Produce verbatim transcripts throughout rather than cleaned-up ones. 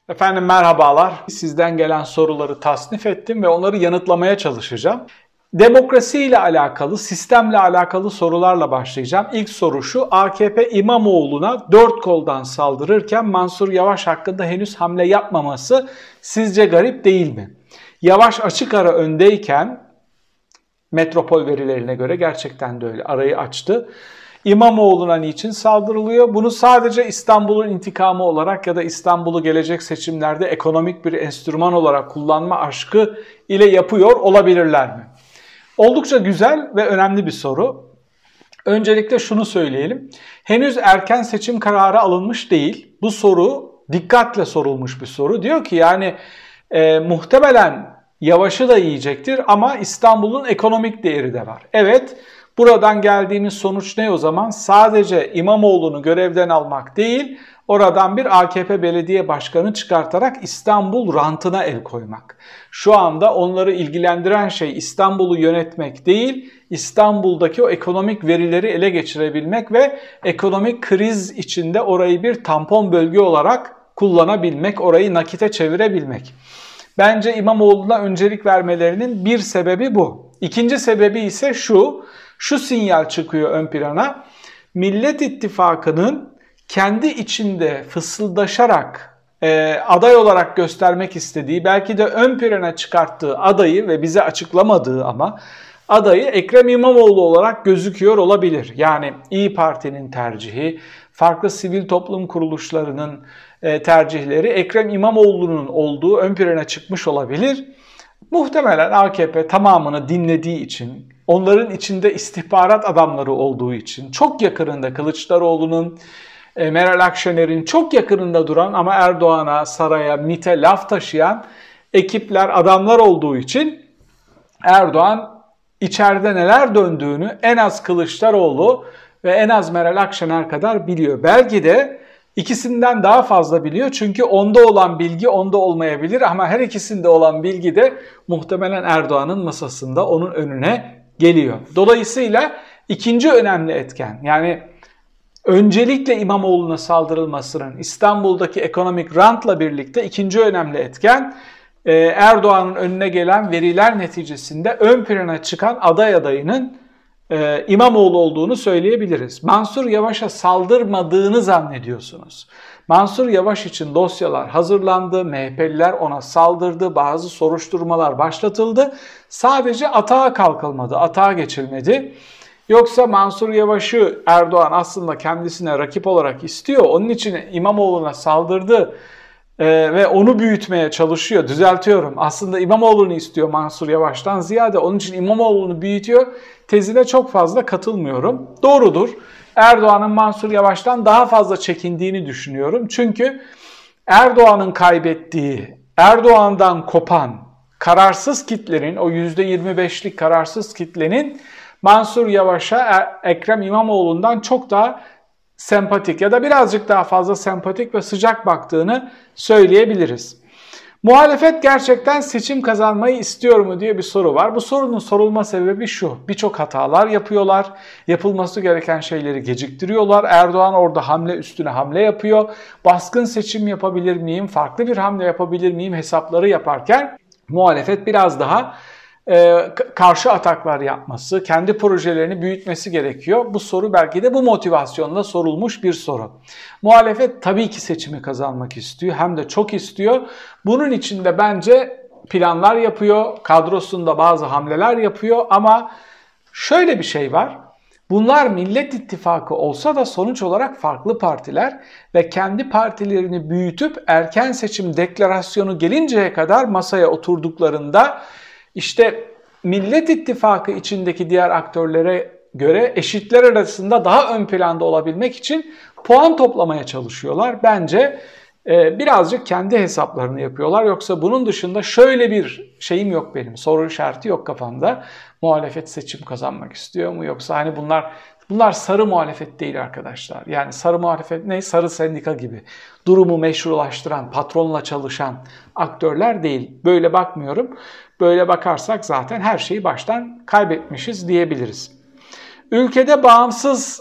Efendim merhabalar. Sizden gelen soruları tasnif ettim ve onları yanıtlamaya çalışacağım. Demokrasi ile alakalı, sistemle alakalı sorularla başlayacağım. İlk soru şu: A K P İmamoğlu'na dört koldan saldırırken Mansur Yavaş hakkında henüz hamle yapmaması sizce garip değil mi? Yavaş açık ara öndeyken, Metropol verilerine göre gerçekten de öyle, arayı açtı. İmamoğlu'na niçin saldırılıyor? Bunu sadece İstanbul'un intikamı olarak ya da İstanbul'u gelecek seçimlerde ekonomik bir enstrüman olarak kullanma aşkı ile yapıyor olabilirler mi? Oldukça güzel ve önemli bir soru. Öncelikle şunu söyleyelim. Henüz erken seçim kararı alınmış değil. Bu soru dikkatle sorulmuş bir soru. Diyor ki yani e, muhtemelen Yavaş'ı da yiyecektir ama İstanbul'un ekonomik değeri de var. Evet. Buradan geldiğimiz sonuç ne o zaman? Sadece İmamoğlu'nu görevden almak değil, oradan bir A K P belediye başkanı çıkartarak İstanbul rantına el koymak. Şu anda onları ilgilendiren şey İstanbul'u yönetmek değil, İstanbul'daki o ekonomik verileri ele geçirebilmek ve ekonomik kriz içinde orayı bir tampon bölge olarak kullanabilmek, orayı nakite çevirebilmek. Bence İmamoğlu'na öncelik vermelerinin bir sebebi bu. İkinci sebebi ise şu: Şu sinyal çıkıyor ön plana. Millet İttifakı'nın kendi içinde fısıldaşarak e, aday olarak göstermek istediği, belki de ön plana çıkarttığı adayı ve bize açıklamadığı ama adayı Ekrem İmamoğlu olarak gözüküyor olabilir. Yani İYİ Parti'nin tercihi, farklı sivil toplum kuruluşlarının e, tercihleri Ekrem İmamoğlu'nun olduğu ön plana çıkmış olabilir. Muhtemelen A K P tamamını dinlediği için, onların içinde istihbarat adamları olduğu için, çok yakınında Kılıçdaroğlu'nun, Meral Akşener'in çok yakınında duran ama Erdoğan'a, saraya, MİT'e laf taşıyan ekipler, adamlar olduğu için Erdoğan içeride neler döndüğünü en az Kılıçdaroğlu ve en az Meral Akşener kadar biliyor. Belki de İkisinden daha fazla biliyor çünkü onda olan bilgi onda olmayabilir ama her ikisinde olan bilgi de muhtemelen Erdoğan'ın masasında, onun önüne geliyor. Dolayısıyla ikinci önemli etken, yani öncelikle İmamoğlu'na saldırılmasının İstanbul'daki ekonomik rantla birlikte ikinci önemli etken Erdoğan'ın önüne gelen veriler neticesinde ön plana çıkan aday adayının Ee, İmamoğlu olduğunu söyleyebiliriz. Mansur Yavaş'a saldırmadığını zannediyorsunuz. Mansur Yavaş için dosyalar hazırlandı, M H P'liler ona saldırdı, bazı soruşturmalar başlatıldı. Sadece atağa kalkılmadı, atağa geçilmedi. Yoksa Mansur Yavaş'ı Erdoğan aslında kendisine rakip olarak istiyor, onun için İmamoğlu'na saldırdı Ee, ve onu büyütmeye çalışıyor. Düzeltiyorum. Aslında İmamoğlu'nu istiyor Mansur Yavaş'tan ziyade, onun için İmamoğlu'nu büyütüyor. Tezine çok fazla katılmıyorum. Doğrudur. Erdoğan'ın Mansur Yavaş'tan daha fazla çekindiğini düşünüyorum. Çünkü Erdoğan'ın kaybettiği, Erdoğan'dan kopan kararsız kitlenin, o yüzde yirmi beşlik kararsız kitlenin Mansur Yavaş'a Ekrem İmamoğlu'ndan çok daha sempatik ya da birazcık daha fazla sempatik ve sıcak baktığını söyleyebiliriz. Muhalefet gerçekten seçim kazanmayı istiyor mu diye bir soru var. Bu sorunun sorulma sebebi şu: birçok hatalar yapıyorlar, yapılması gereken şeyleri geciktiriyorlar. Erdoğan orada hamle üstüne hamle yapıyor. Baskın seçim yapabilir miyim, farklı bir hamle yapabilir miyim hesapları yaparken muhalefet biraz daha Ee, karşı ataklar yapması, kendi projelerini büyütmesi gerekiyor. Bu soru belki de bu motivasyonla sorulmuş bir soru. Muhalefet tabii ki seçimi kazanmak istiyor, hem de çok istiyor. Bunun için de bence planlar yapıyor, kadrosunda bazı hamleler yapıyor ama şöyle bir şey var. Bunlar Millet İttifakı olsa da sonuç olarak farklı partiler ve kendi partilerini büyütüp erken seçim deklarasyonu gelinceye kadar masaya oturduklarında İşte Millet İttifakı içindeki diğer aktörlere göre eşitler arasında daha ön planda olabilmek için puan toplamaya çalışıyorlar. Bence e, birazcık kendi hesaplarını yapıyorlar. Yoksa bunun dışında şöyle bir şeyim yok benim. Soru işareti yok kafamda. Muhalefet seçim kazanmak istiyor mu? Yoksa hani bunlar bunlar sarı muhalefet değil arkadaşlar. Yani sarı muhalefet ne? Sarı sendika gibi. Durumu meşrulaştıran, patronla çalışan aktörler değil. Böyle bakmıyorum. Böyle bakarsak zaten her şeyi baştan kaybetmişiz diyebiliriz. Ülkede bağımsız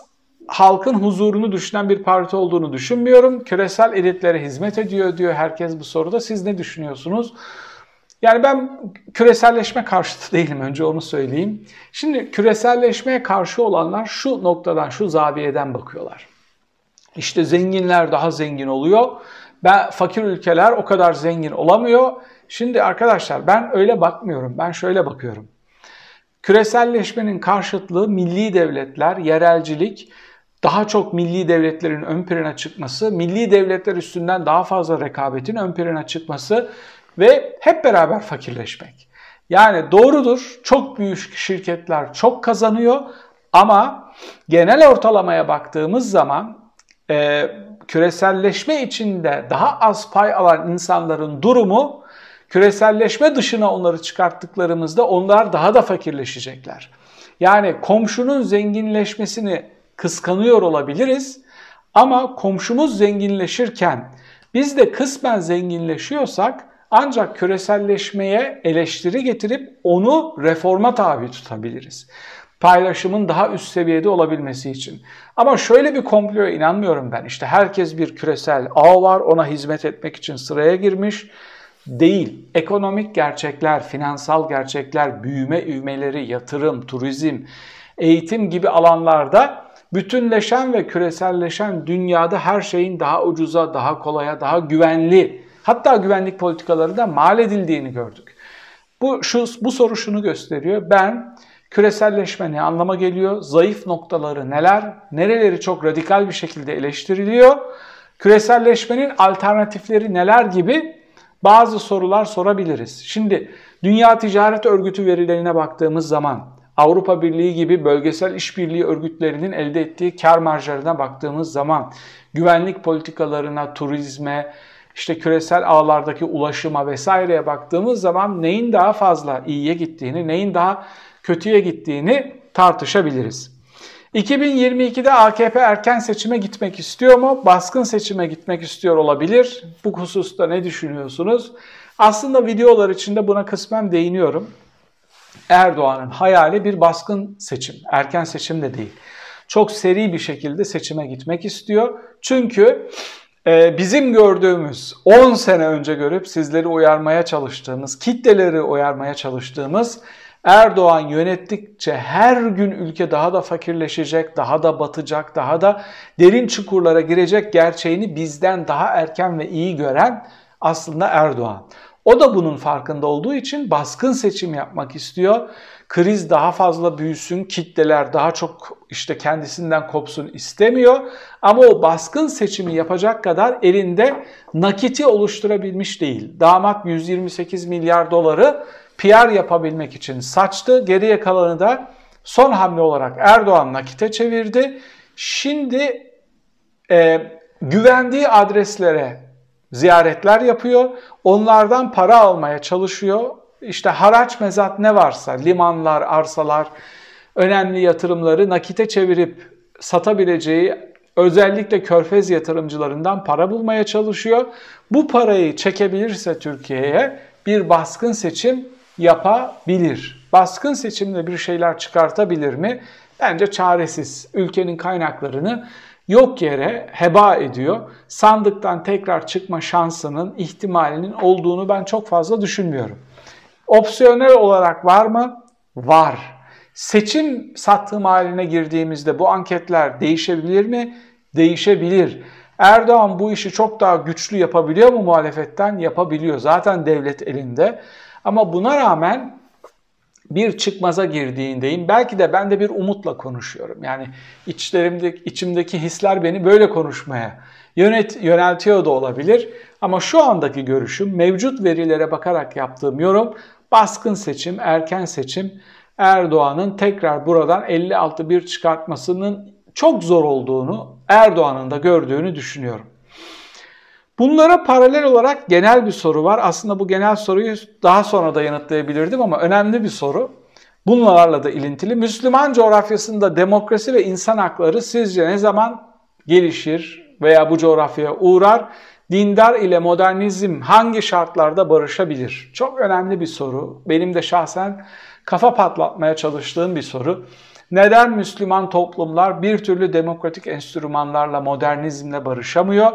halkın huzurunu düşünen bir parti olduğunu düşünmüyorum. Küresel elitlere hizmet ediyor diyor herkes bu soruda. Siz ne düşünüyorsunuz? Yani ben küreselleşme karşıtı değilim, önce onu söyleyeyim. Şimdi küreselleşmeye karşı olanlar şu noktadan, şu zaviyeden bakıyorlar. İşte zenginler daha zengin oluyor. Ben, fakir ülkeler o kadar zengin olamıyor. Şimdi arkadaşlar ben öyle bakmıyorum. Ben şöyle bakıyorum. Küreselleşmenin karşıtlığı milli devletler, yerelcilik, daha çok milli devletlerin ön plana çıkması, milli devletler üstünden daha fazla rekabetin ön plana çıkması ve hep beraber fakirleşmek. Yani doğrudur, çok büyük şirketler çok kazanıyor ama genel ortalamaya baktığımız zaman e, küreselleşme içinde daha az pay alan insanların durumu, küreselleşme dışına onları çıkarttıklarımızda onlar daha da fakirleşecekler. Yani komşunun zenginleşmesini kıskanıyor olabiliriz ama komşumuz zenginleşirken biz de kısmen zenginleşiyorsak ancak küreselleşmeye eleştiri getirip onu reforma tabi tutabiliriz. Paylaşımın daha üst seviyede olabilmesi için. Ama şöyle bir komploya inanmıyorum ben. İşte herkes bir küresel ağ var, ona hizmet etmek için sıraya girmiş. Değil. Ekonomik gerçekler, finansal gerçekler, büyüme ivmeleri, yatırım, turizm, eğitim gibi alanlarda bütünleşen ve küreselleşen dünyada her şeyin daha ucuza, daha kolaya, daha güvenli, hatta güvenlik politikaları da mal edildiğini gördük. Bu, şu, bu soru şunu gösteriyor. Ben küreselleşme ne anlama geliyor? Zayıf noktaları neler? Nereleri çok radikal bir şekilde eleştiriliyor? Küreselleşmenin alternatifleri neler gibi bazı sorular sorabiliriz. Şimdi Dünya Ticaret Örgütü verilerine baktığımız zaman, Avrupa Birliği gibi bölgesel işbirliği örgütlerinin elde ettiği kar marjlarına baktığımız zaman, güvenlik politikalarına, turizme, işte küresel ağlardaki ulaşıma vesaireye baktığımız zaman neyin daha fazla iyiye gittiğini, neyin daha kötüye gittiğini tartışabiliriz. iki bin yirmi ikide A K P erken seçime gitmek istiyor mu? Baskın seçime gitmek istiyor olabilir. Bu hususta ne düşünüyorsunuz? Aslında videolar içinde buna kısmen değiniyorum. Erdoğan'ın hayali bir baskın seçim, erken seçim de değil. Çok seri bir şekilde seçime gitmek istiyor. Çünkü e, bizim gördüğümüz, on sene önce görüp sizleri uyarmaya çalıştığımız, kitleleri uyarmaya çalıştığımız Erdoğan yönettikçe her gün ülke daha da fakirleşecek, daha da batacak, daha da derin çukurlara girecek gerçeğini bizden daha erken ve iyi gören aslında Erdoğan. O da bunun farkında olduğu için baskın seçim yapmak istiyor. Kriz daha fazla büyüsün, kitleler daha çok işte kendisinden kopsun istemiyor. Ama o baskın seçimi yapacak kadar elinde nakiti oluşturabilmiş değil. Damat yüz yirmi sekiz milyar doları P R yapabilmek için saçtı. Geriye kalanı da son hamle olarak Erdoğan nakite çevirdi. Şimdi e, güvendiği adreslere ziyaretler yapıyor. Onlardan para almaya çalışıyor. İşte haraç mezat ne varsa, limanlar, arsalar, önemli yatırımları nakite çevirip satabileceği özellikle körfez yatırımcılarından para bulmaya çalışıyor. Bu parayı çekebilirse Türkiye'ye bir baskın seçim yapabilir. Baskın seçimle bir şeyler çıkartabilir mi? Bence çaresiz. Ülkenin kaynaklarını yok yere heba ediyor. Sandıktan tekrar çıkma şansının, ihtimalinin olduğunu ben çok fazla düşünmüyorum. Opsiyonel olarak var mı? Var. Seçim sattığım haline girdiğimizde bu anketler değişebilir mi? Değişebilir. Erdoğan bu işi çok daha güçlü yapabiliyor mu muhalefetten? Yapabiliyor. Zaten devlet elinde. Ama buna rağmen bir çıkmaza girdiğindeyim. Belki de ben de bir umutla konuşuyorum. Yani içlerimdeki, içimdeki hisler beni böyle konuşmaya yönet, yöneltiyor da olabilir. Ama şu andaki görüşüm, mevcut verilere bakarak yaptığım yorum, baskın seçim, erken seçim, Erdoğan'ın tekrar buradan elli altı bir çıkartmasının çok zor olduğunu, Erdoğan'ın da gördüğünü düşünüyorum. Bunlara paralel olarak genel bir soru var. Aslında bu genel soruyu daha sonra da yanıtlayabilirdim ama önemli bir soru. Bunlarla da ilintili. Müslüman coğrafyasında demokrasi ve insan hakları sizce ne zaman gelişir veya bu coğrafyaya uğrar? Dindar ile modernizm hangi şartlarda barışabilir? Çok önemli bir soru. Benim de şahsen kafa patlatmaya çalıştığım bir soru. Neden Müslüman toplumlar bir türlü demokratik enstrümanlarla, modernizmle barışamıyor?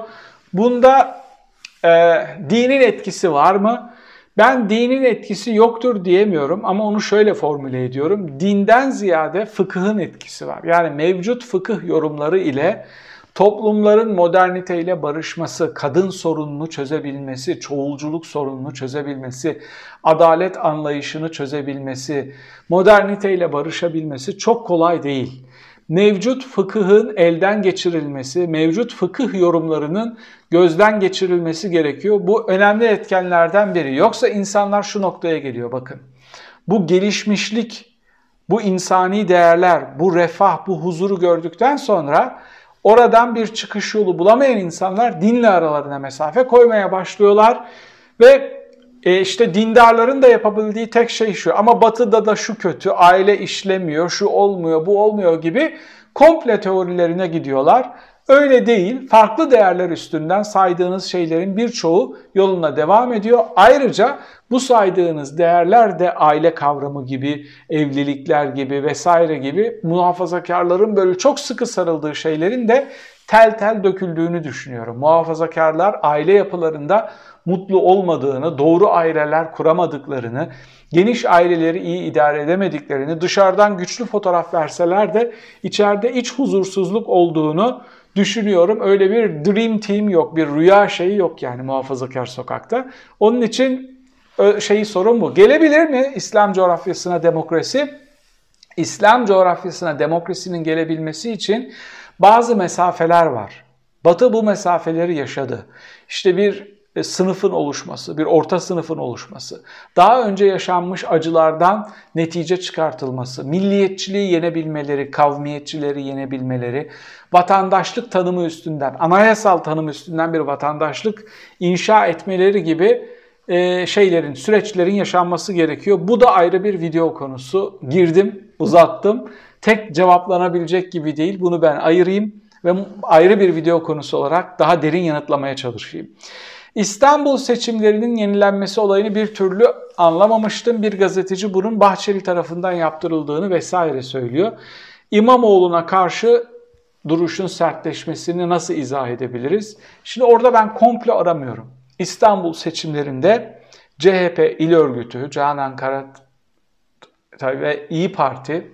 Bunda e, dinin etkisi var mı? Ben dinin etkisi yoktur diyemiyorum ama onu şöyle formüle ediyorum. Dinden ziyade fıkıhın etkisi var. Yani mevcut fıkıh yorumları ile toplumların moderniteyle barışması, kadın sorununu çözebilmesi, çoğulculuk sorununu çözebilmesi, adalet anlayışını çözebilmesi, moderniteyle barışabilmesi çok kolay değil. Mevcut fıkıhın elden geçirilmesi, mevcut fıkıh yorumlarının gözden geçirilmesi gerekiyor. Bu önemli etkenlerden biri. Yoksa insanlar şu noktaya geliyor bakın. Bu gelişmişlik, bu insani değerler, bu refah, bu huzuru gördükten sonra oradan bir çıkış yolu bulamayan insanlar dinle aralarına mesafe koymaya başlıyorlar ve e işte dindarların da yapabildiği tek şey şu, ama batıda da şu kötü, aile işlemiyor, şu olmuyor, bu olmuyor gibi komple teorilerine gidiyorlar. Öyle değil, farklı değerler üstünden saydığınız şeylerin birçoğu yoluna devam ediyor. Ayrıca bu saydığınız değerler de aile kavramı gibi, evlilikler gibi vesaire gibi muhafazakarların böyle çok sıkı sarıldığı şeylerin de tel tel döküldüğünü düşünüyorum. Muhafazakarlar aile yapılarında mutlu olmadığını, doğru aileler kuramadıklarını, geniş aileleri iyi idare edemediklerini, dışarıdan güçlü fotoğraf verseler de içeride iç huzursuzluk olduğunu düşünüyorum. Öyle bir dream team yok, bir rüya şeyi yok yani muhafazakar sokakta. Onun için şeyi sorun bu. Gelebilir mi İslam coğrafyasına demokrasi? İslam coğrafyasına demokrasinin gelebilmesi için bazı mesafeler var. Batı bu mesafeleri yaşadı. İşte bir sınıfın oluşması, bir orta sınıfın oluşması, daha önce yaşanmış acılardan netice çıkartılması, milliyetçiliği yenebilmeleri, kavmiyetçileri yenebilmeleri, vatandaşlık tanımı üstünden, anayasal tanım üstünden bir vatandaşlık inşa etmeleri gibi şeylerin, süreçlerin yaşanması gerekiyor. Bu da ayrı bir video konusu. Girdim, uzattım. Tek cevaplanabilecek gibi değil. Bunu ben ayırayım ve ayrı bir video konusu olarak daha derin yanıtlamaya çalışayım. İstanbul seçimlerinin yenilenmesi olayını bir türlü anlamamıştım. Bir gazeteci bunun Bahçeli tarafından yaptırıldığını vesaire söylüyor. İmamoğlu'na karşı duruşun sertleşmesini nasıl izah edebiliriz? Şimdi orada ben komplo aramıyorum. İstanbul seçimlerinde C H P İl Örgütü, Canan Karat ve İyi Parti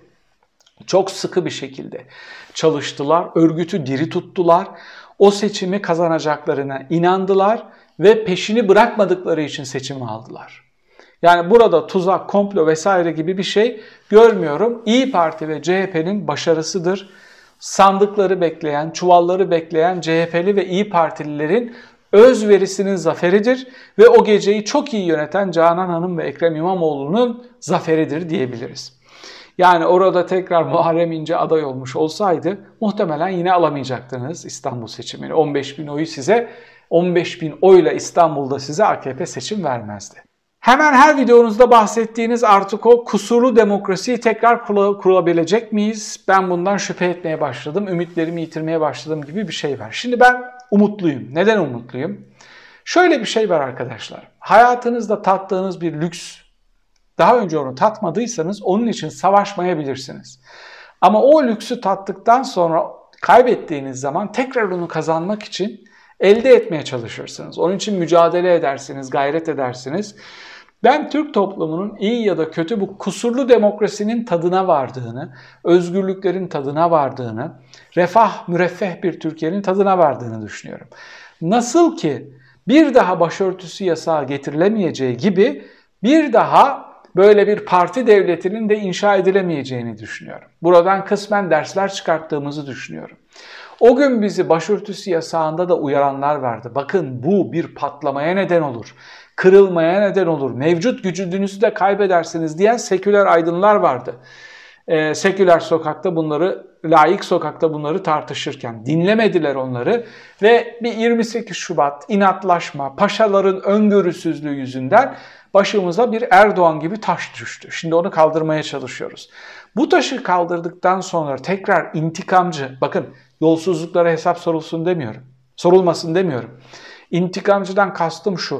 çok sıkı bir şekilde çalıştılar. Örgütü diri tuttular. O seçimi kazanacaklarına inandılar ve peşini bırakmadıkları için seçimi aldılar. Yani burada tuzak, komplo vesaire gibi bir şey görmüyorum. İyi Parti ve C H P'nin başarısıdır. Sandıkları bekleyen, çuvalları bekleyen C H P'li ve İyi Partililerin özverisinin zaferidir ve o geceyi çok iyi yöneten Canan Hanım ve Ekrem İmamoğlu'nun zaferidir diyebiliriz. Yani orada tekrar Muharrem İnce aday olmuş olsaydı muhtemelen yine alamayacaktınız İstanbul seçimini. on beş bin oyu size, on beş bin oyla İstanbul'da size A K P seçim vermezdi. Hemen her videonuzda bahsettiğiniz artık o kusurlu demokrasiyi tekrar kurabilecek miyiz? Ben bundan şüphe etmeye başladım, ümitlerimi yitirmeye başladım gibi bir şey var. Şimdi ben umutluyum. Neden umutluyum? Şöyle bir şey var arkadaşlar. Hayatınızda tattığınız bir lüks, daha önce onu tatmadıysanız onun için savaşmayabilirsiniz. Ama o lüksü tattıktan sonra kaybettiğiniz zaman tekrar onu kazanmak için elde etmeye çalışırsınız. Onun için mücadele edersiniz, gayret edersiniz. Ben Türk toplumunun iyi ya da kötü bu kusurlu demokrasinin tadına vardığını, özgürlüklerin tadına vardığını, refah, müreffeh bir Türkiye'nin tadına vardığını düşünüyorum. Nasıl ki bir daha başörtüsü yasağı getirilemeyeceği gibi bir daha böyle bir parti devletinin de inşa edilemeyeceğini düşünüyorum. Buradan kısmen dersler çıkarttığımızı düşünüyorum. O gün bizi başörtüsü yasağında da uyaranlar vardı. Bakın bu bir patlamaya neden olur, kırılmaya neden olur, mevcut gücünüzü de kaybedersiniz diyen seküler aydınlar vardı. Ee, seküler sokakta bunları, laik sokakta bunları tartışırken dinlemediler onları ve bir yirmi sekiz Şubat inatlaşma, paşaların öngörüsüzlüğü yüzünden başımıza bir Erdoğan gibi taş düştü. Şimdi onu kaldırmaya çalışıyoruz. Bu taşı kaldırdıktan sonra tekrar intikamcı, bakın yolsuzluklara hesap sorulsun demiyorum, sorulmasın demiyorum. İntikamcıdan kastım şu,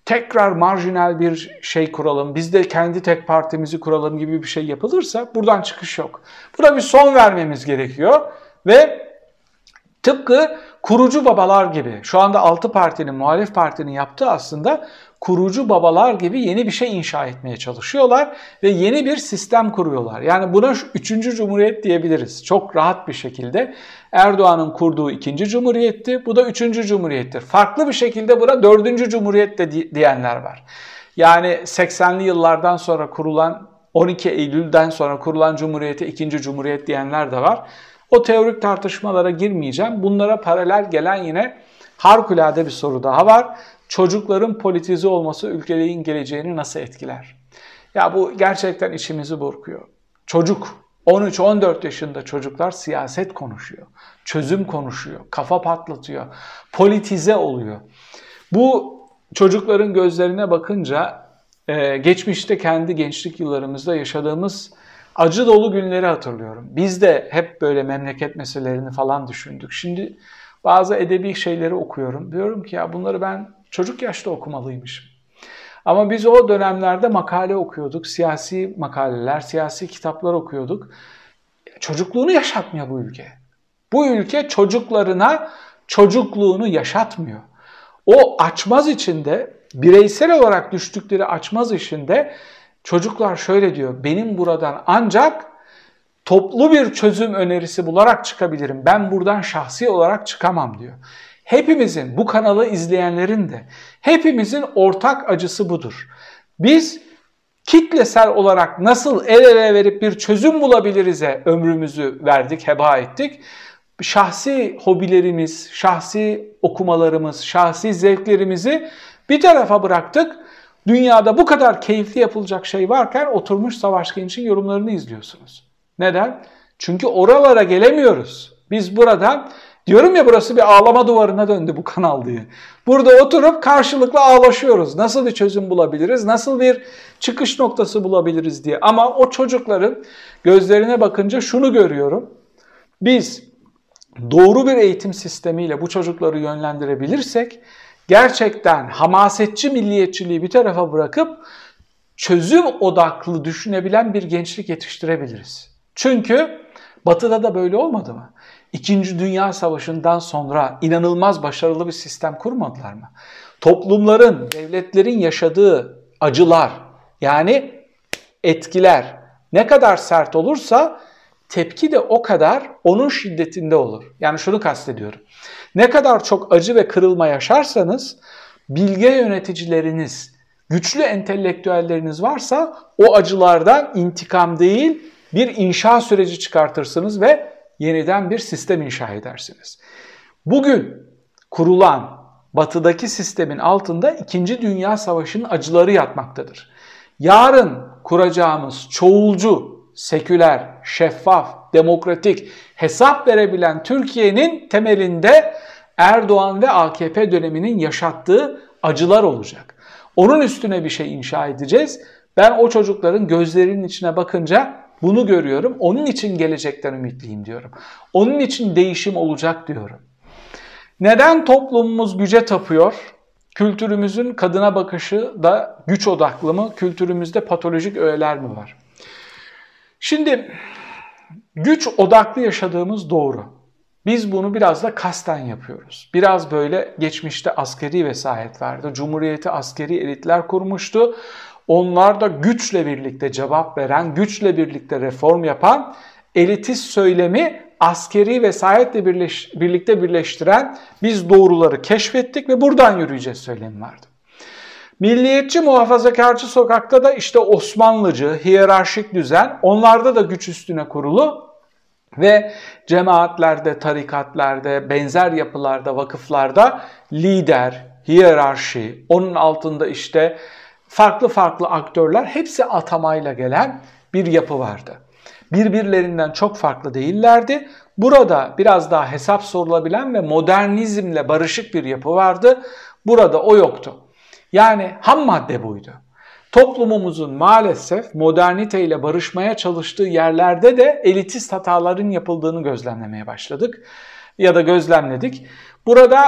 tekrar marjinal bir şey kuralım, biz de kendi tek partimizi kuralım gibi bir şey yapılırsa buradan çıkış yok. Buna bir son vermemiz gerekiyor ve tıpkı kurucu babalar gibi, şu anda altı partinin, muhalif partinin yaptığı aslında kurucu babalar gibi yeni bir şey inşa etmeye çalışıyorlar ve yeni bir sistem kuruyorlar. Yani buna üçüncü Cumhuriyet diyebiliriz. Çok rahat bir şekilde Erdoğan'ın kurduğu ikinci Cumhuriyet'ti, bu da üçüncü Cumhuriyet'tir. Farklı bir şekilde buna dördüncü Cumhuriyet de diyenler var. Yani seksenli yıllardan sonra kurulan, on iki Eylül'den sonra kurulan Cumhuriyet'e ikinci Cumhuriyet diyenler de var. O teorik tartışmalara girmeyeceğim. Bunlara paralel gelen yine harikulade bir soru daha var. Çocukların politize olması ülkenin geleceğini nasıl etkiler? Ya bu gerçekten içimizi burkuyor. Çocuk, on üç on dört yaşında çocuklar siyaset konuşuyor, çözüm konuşuyor, kafa patlatıyor, politize oluyor. Bu çocukların gözlerine bakınca geçmişte kendi gençlik yıllarımızda yaşadığımız acı dolu günleri hatırlıyorum. Biz de hep böyle memleket meselelerini falan düşündük. Şimdi bazı edebi şeyleri okuyorum. Diyorum ki ya bunları ben çocuk yaşta okumalıymışım. Ama biz o dönemlerde makale okuyorduk. Siyasi makaleler, siyasi kitaplar okuyorduk. Çocukluğunu yaşatmıyor bu ülke. Bu ülke çocuklarına çocukluğunu yaşatmıyor. O açmaz içinde, bireysel olarak düştükleri açmaz içinde çocuklar şöyle diyor, benim buradan ancak toplu bir çözüm önerisi bularak çıkabilirim. Ben buradan şahsi olarak çıkamam diyor. Hepimizin, bu kanalı izleyenlerin de, hepimizin ortak acısı budur. Biz kitlesel olarak nasıl el ele verip bir çözüm bulabiliriz'e ömrümüzü verdik, heba ettik. Şahsi hobilerimiz, şahsi okumalarımız, şahsi zevklerimizi bir tarafa bıraktık. Dünyada bu kadar keyifli yapılacak şey varken oturmuş Savaş Genç'in yorumlarını izliyorsunuz. Neden? Çünkü oralara gelemiyoruz. Biz buradan, diyorum ya burası bir ağlama duvarına döndü bu kanal diye. Burada oturup karşılıklı ağlaşıyoruz. Nasıl bir çözüm bulabiliriz? Nasıl bir çıkış noktası bulabiliriz diye. Ama o çocukların gözlerine bakınca şunu görüyorum. Biz doğru bir eğitim sistemiyle bu çocukları yönlendirebilirsek gerçekten hamasetçi milliyetçiliği bir tarafa bırakıp çözüm odaklı düşünebilen bir gençlik yetiştirebiliriz. Çünkü Batı'da da böyle olmadı mı? İkinci Dünya Savaşı'ndan sonra inanılmaz başarılı bir sistem kurmadılar mı? Toplumların, devletlerin yaşadığı acılar, yani etkiler ne kadar sert olursa tepki de o kadar onun şiddetinde olur. Yani şunu kastediyorum. Ne kadar çok acı ve kırılma yaşarsanız, bilge yöneticileriniz, güçlü entelektüelleriniz varsa o acılardan intikam değil bir inşa süreci çıkartırsınız ve yeniden bir sistem inşa edersiniz. Bugün kurulan Batı'daki sistemin altında İkinci Dünya Savaşı'nın acıları yatmaktadır. Yarın kuracağımız çoğulcu, seküler, şeffaf, demokratik, hesap verebilen Türkiye'nin temelinde Erdoğan ve A K P döneminin yaşattığı acılar olacak. Onun üstüne bir şey inşa edeceğiz. Ben o çocukların gözlerinin içine bakınca bunu görüyorum. Onun için gelecekten ümitliyim diyorum. Onun için değişim olacak diyorum. Neden toplumumuz güce tapıyor? Kültürümüzün kadına bakışı da güç odaklı mı? Kültürümüzde patolojik öğeler mi var? Şimdi güç odaklı yaşadığımız doğru. Biz bunu biraz da kasten yapıyoruz. Biraz böyle geçmişte askeri vesayet vardı. Cumhuriyeti askeri elitler kurmuştu. Onlar da güçle birlikte cevap veren, güçle birlikte reform yapan, elitist söylemi askeri vesayetle birleş, birlikte birleştiren biz doğruları keşfettik ve buradan yürüyeceğiz söylemi vardı. Milliyetçi, muhafazakarcı sokakta da işte Osmanlıcı, hiyerarşik düzen, onlarda da güç üstüne kurulu ve cemaatlerde, tarikatlerde, benzer yapılarda, vakıflarda lider, hiyerarşi, onun altında işte farklı farklı aktörler, hepsi atamayla gelen bir yapı vardı. Birbirlerinden çok farklı değillerdi. Burada biraz daha hesap sorulabilen ve modernizmle barışık bir yapı vardı. Burada o yoktu. Yani ham madde buydu. Toplumumuzun maalesef moderniteyle barışmaya çalıştığı yerlerde de elitist hataların yapıldığını gözlemlemeye başladık ya da gözlemledik. Burada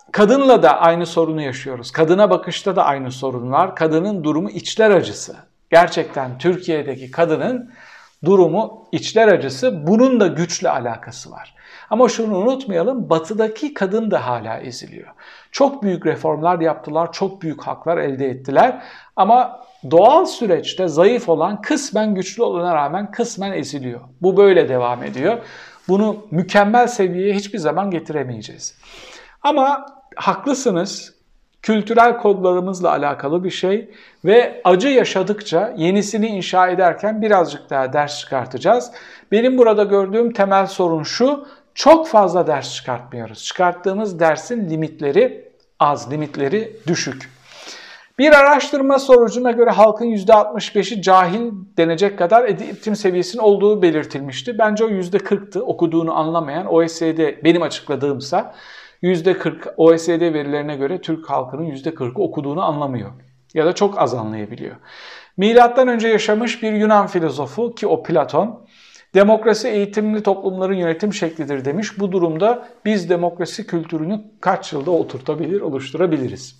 kadınla da aynı sorunu yaşıyoruz. Kadına bakışta da aynı sorun var. Kadının durumu içler acısı. Gerçekten Türkiye'deki kadının durumu içler acısı. Bunun da güçle alakası var. Ama şunu unutmayalım, batıdaki kadın da hala eziliyor. Çok büyük reformlar yaptılar, çok büyük haklar elde ettiler. Ama doğal süreçte zayıf olan kısmen güçlü olana rağmen kısmen eziliyor. Bu böyle devam ediyor. Bunu mükemmel seviyeye hiçbir zaman getiremeyeceğiz. Ama haklısınız. Kültürel kodlarımızla alakalı bir şey ve acı yaşadıkça yenisini inşa ederken birazcık daha ders çıkartacağız. Benim burada gördüğüm temel sorun şu, çok fazla ders çıkartmıyoruz. Çıkarttığımız dersin limitleri az, limitleri düşük. Bir araştırma sonucuna göre halkın yüzde altmış beşi cahil denecek kadar eğitim seviyesinin olduğu belirtilmişti. Bence o yüzde kırktı okuduğunu anlamayan. O E C D benim açıkladığımsa yüzde kırk O E C D verilerine göre Türk halkının yüzde kırkı okuduğunu anlamıyor. Ya da çok az anlayabiliyor. Milattan önce yaşamış bir Yunan filozofu ki o Platon, demokrasi eğitimli toplumların yönetim şeklidir demiş. Bu durumda biz demokrasi kültürünü kaç yılda oturtabilir, oluşturabiliriz?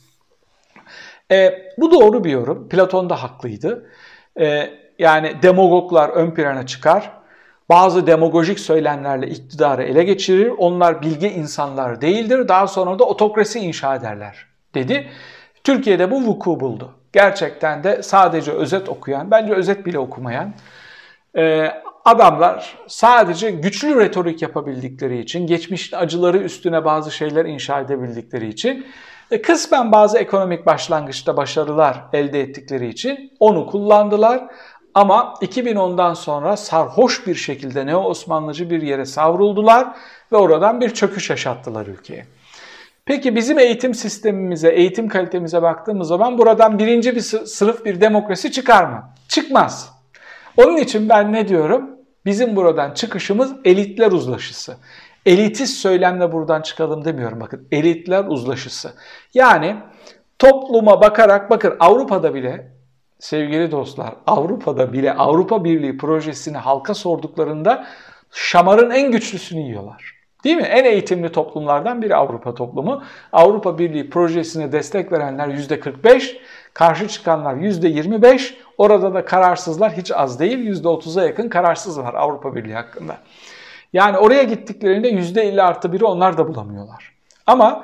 E, bu doğru bir yorum. Platon da haklıydı. E, yani demagoglar ön plana çıkar. Bazı demagojik söylemlerle iktidarı ele geçirir. Onlar bilge insanlar değildir. Daha sonra da otokrasi inşa ederler dedi. Türkiye'de bu vuku buldu. Gerçekten de sadece özet okuyan, bence özet bile okumayan e, adamlar sadece güçlü retorik yapabildikleri için, geçmişin acıları üstüne bazı şeyler inşa edebildikleri için, e, kısmen bazı ekonomik başlangıçta başarılar elde ettikleri için onu kullandılar. Ama iki bin ondan sonra sarhoş bir şekilde Neo-Osmanlıcı bir yere savruldular ve oradan bir çöküş yaşattılar ülkeye. Peki bizim eğitim sistemimize, eğitim kalitemize baktığımız zaman buradan birinci bir sınıf bir demokrasi çıkar mı? Çıkmaz. Onun için ben ne diyorum? Bizim buradan çıkışımız elitler uzlaşısı. Elitist söylemle buradan çıkalım demiyorum, bakın. Elitler uzlaşısı. Yani topluma bakarak, bakın Avrupa'da bile sevgili dostlar, Avrupa'da bile Avrupa Birliği projesini halka sorduklarında şamarın en güçlüsünü yiyorlar. Değil mi? En eğitimli toplumlardan biri Avrupa toplumu. Avrupa Birliği projesine destek verenler yüzde kırk beş, karşı çıkanlar yüzde yirmi beş, orada da kararsızlar hiç az değil, yüzde otuza yakın kararsız var Avrupa Birliği hakkında. Yani oraya gittiklerinde yüzde elli artı biri onlar da bulamıyorlar. Ama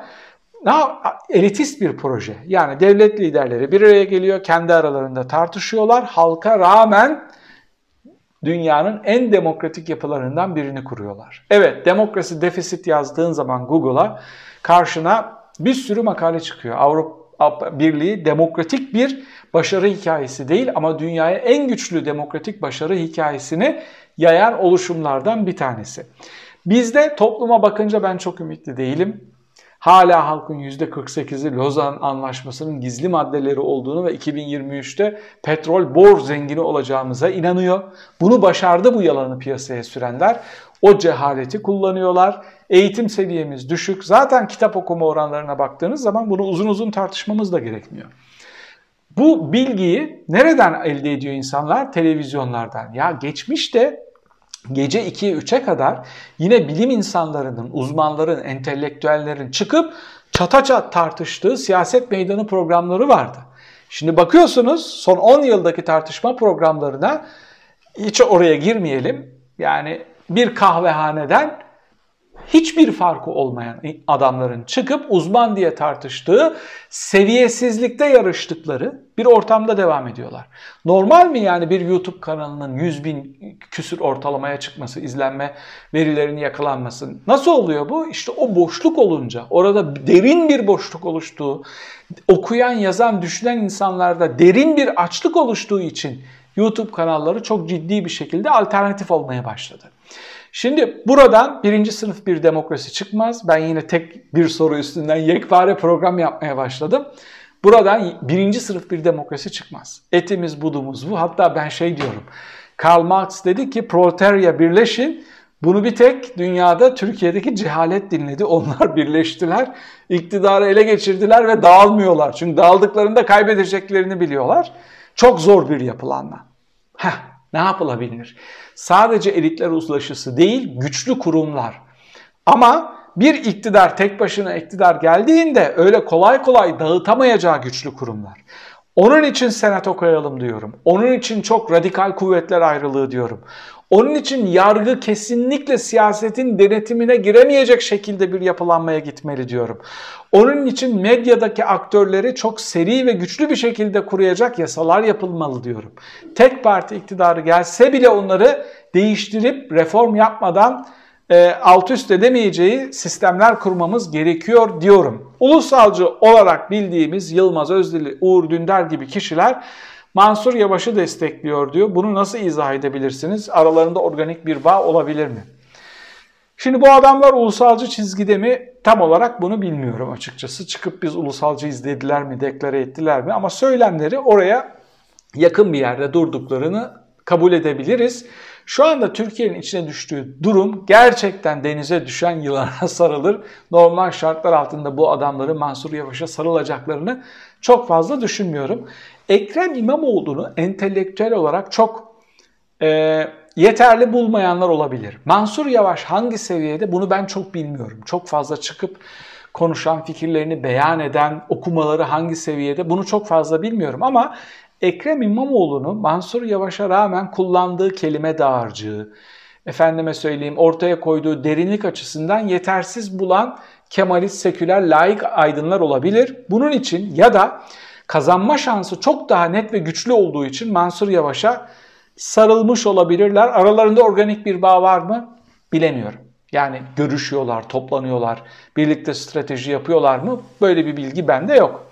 elitist bir proje. Yani devlet liderleri bir araya geliyor, kendi aralarında tartışıyorlar. Halka rağmen dünyanın en demokratik yapılarından birini kuruyorlar. Evet, demokrasi defisit yazdığın zaman Google'a karşına bir sürü makale çıkıyor. Avrupa Birliği demokratik bir başarı hikayesi değil ama dünyaya en güçlü demokratik başarı hikayesini yayan oluşumlardan bir tanesi. Bizde topluma bakınca ben çok ümitli değilim. Hala halkın yüzde kırk sekizi Lozan Anlaşması'nın gizli maddeleri olduğunu ve iki bin yirmi üçte petrol bor zengini olacağımıza inanıyor. Bunu başardı bu yalanı piyasaya sürenler. O cehaleti kullanıyorlar. Eğitim seviyemiz düşük. Zaten kitap okuma oranlarına baktığınız zaman bunu uzun uzun tartışmamız da gerekmiyor. Bu bilgiyi nereden elde ediyor insanlar? Televizyonlardan. Ya geçmişte gece ikiye üçe kadar yine bilim insanlarının, uzmanların, entelektüellerin çıkıp çata çat tartıştığı siyaset meydanı programları vardı. Şimdi bakıyorsunuz son on yıldaki tartışma programlarına, hiç oraya girmeyelim. Yani bir kahvehaneden hiçbir farkı olmayan adamların çıkıp uzman diye tartıştığı, seviyesizlikte yarıştıkları bir ortamda devam ediyorlar. Normal mi yani bir YouTube kanalının yüz bin küsür ortalamaya çıkması, izlenme verilerinin yakalanması? Nasıl oluyor bu? İşte o boşluk olunca, orada derin bir boşluk oluştuğu, okuyan, yazan, düşünen insanlarda derin bir açlık oluştuğu için YouTube kanalları çok ciddi bir şekilde alternatif olmaya başladı. Şimdi buradan birinci sınıf bir demokrasi çıkmaz. Ben yine tek bir soru üstünden yekpare program yapmaya başladım. Buradan birinci sınıf bir demokrasi çıkmaz. Etimiz budumuz bu. Hatta ben şey diyorum. Karl Marx dedi ki proletarya birleşin. Bunu bir tek dünyada Türkiye'deki cehalet dinledi. Onlar birleştiler. İktidarı ele geçirdiler ve dağılmıyorlar. Çünkü dağıldıklarında kaybedeceklerini biliyorlar. Çok zor bir yapılanma. Heh. Ne yapılabilir? Sadece elitler uzlaşısı değil, güçlü kurumlar. Ama bir iktidar tek başına iktidar geldiğinde öyle kolay kolay dağıtamayacağı güçlü kurumlar. Onun için senato koyalım diyorum. Onun için çok radikal kuvvetler ayrılığı diyorum. Onun için yargı kesinlikle siyasetin denetimine giremeyecek şekilde bir yapılanmaya gitmeli diyorum. Onun için medyadaki aktörleri çok seri ve güçlü bir şekilde koruyacak yasalar yapılmalı diyorum. Tek parti iktidarı gelse bile onları değiştirip reform yapmadan e, alt üst edemeyeceği sistemler kurmamız gerekiyor diyorum. Ulusalcı olarak bildiğimiz Yılmaz Özdil, Uğur Dündar gibi kişiler Mansur Yavaş'ı destekliyor diyor. Bunu nasıl izah edebilirsiniz? Aralarında organik bir bağ olabilir mi? Şimdi bu adamlar ulusalcı çizgide mi? Tam olarak bunu bilmiyorum açıkçası. Çıkıp biz ulusalcıyız dediler mi, deklare ettiler mi? Ama söylemleri oraya yakın bir yerde durduklarını kabul edebiliriz. Şu anda Türkiye'nin içine düştüğü durum gerçekten denize düşen yılana sarılır. Normal şartlar altında bu adamların Mansur Yavaş'a sarılacaklarını çok fazla düşünmüyorum. Ekrem İmamoğlu'nu entelektüel olarak çok e, yeterli bulmayanlar olabilir. Mansur Yavaş hangi seviyede bunu ben çok bilmiyorum. Çok fazla çıkıp konuşan, fikirlerini beyan eden, okumaları hangi seviyede bunu çok fazla bilmiyorum ama Ekrem İmamoğlu'nu Mansur Yavaş'a rağmen kullandığı kelime dağarcığı, efendime söyleyeyim ortaya koyduğu derinlik açısından yetersiz bulan Kemalist, seküler, laik aydınlar olabilir. Bunun için ya da kazanma şansı çok daha net ve güçlü olduğu için Mansur Yavaş'a sarılmış olabilirler. Aralarında organik bir bağ var mı? Bilemiyorum. Yani görüşüyorlar, toplanıyorlar, birlikte strateji yapıyorlar mı? Böyle bir bilgi bende yok.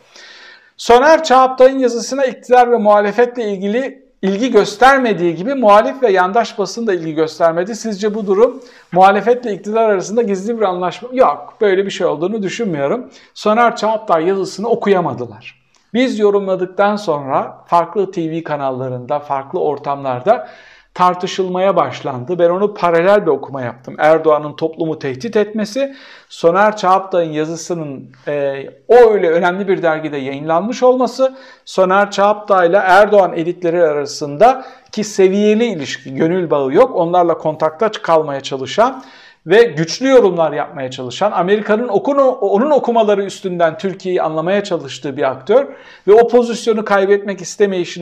Soner Çağaptay'ın yazısına iktidar ve muhalefetle ilgili ilgi göstermediği gibi muhalif ve yandaş basın da ilgi göstermedi. Sizce bu durum muhalefetle iktidar arasında gizli bir anlaşma? Yok, böyle bir şey olduğunu düşünmüyorum. Soner Çağaptay yazısını okuyamadılar. Biz yorumladıktan sonra farklı T V kanallarında, farklı ortamlarda tartışılmaya başlandı. Ben onu paralel bir okuma yaptım. Erdoğan'ın toplumu tehdit etmesi, Soner Çağaptay'ın yazısının e, o öyle önemli bir dergide yayınlanmış olması, Soner Çağaptay'la Erdoğan elitleri arasında ki seviyeli ilişki, gönül bağı yok, onlarla kontakta kalmaya çalışan ve güçlü yorumlar yapmaya çalışan, Amerika'nın okunu, onun okumaları üstünden Türkiye'yi anlamaya çalıştığı bir aktör ve o pozisyonu kaybetmek istemeyişini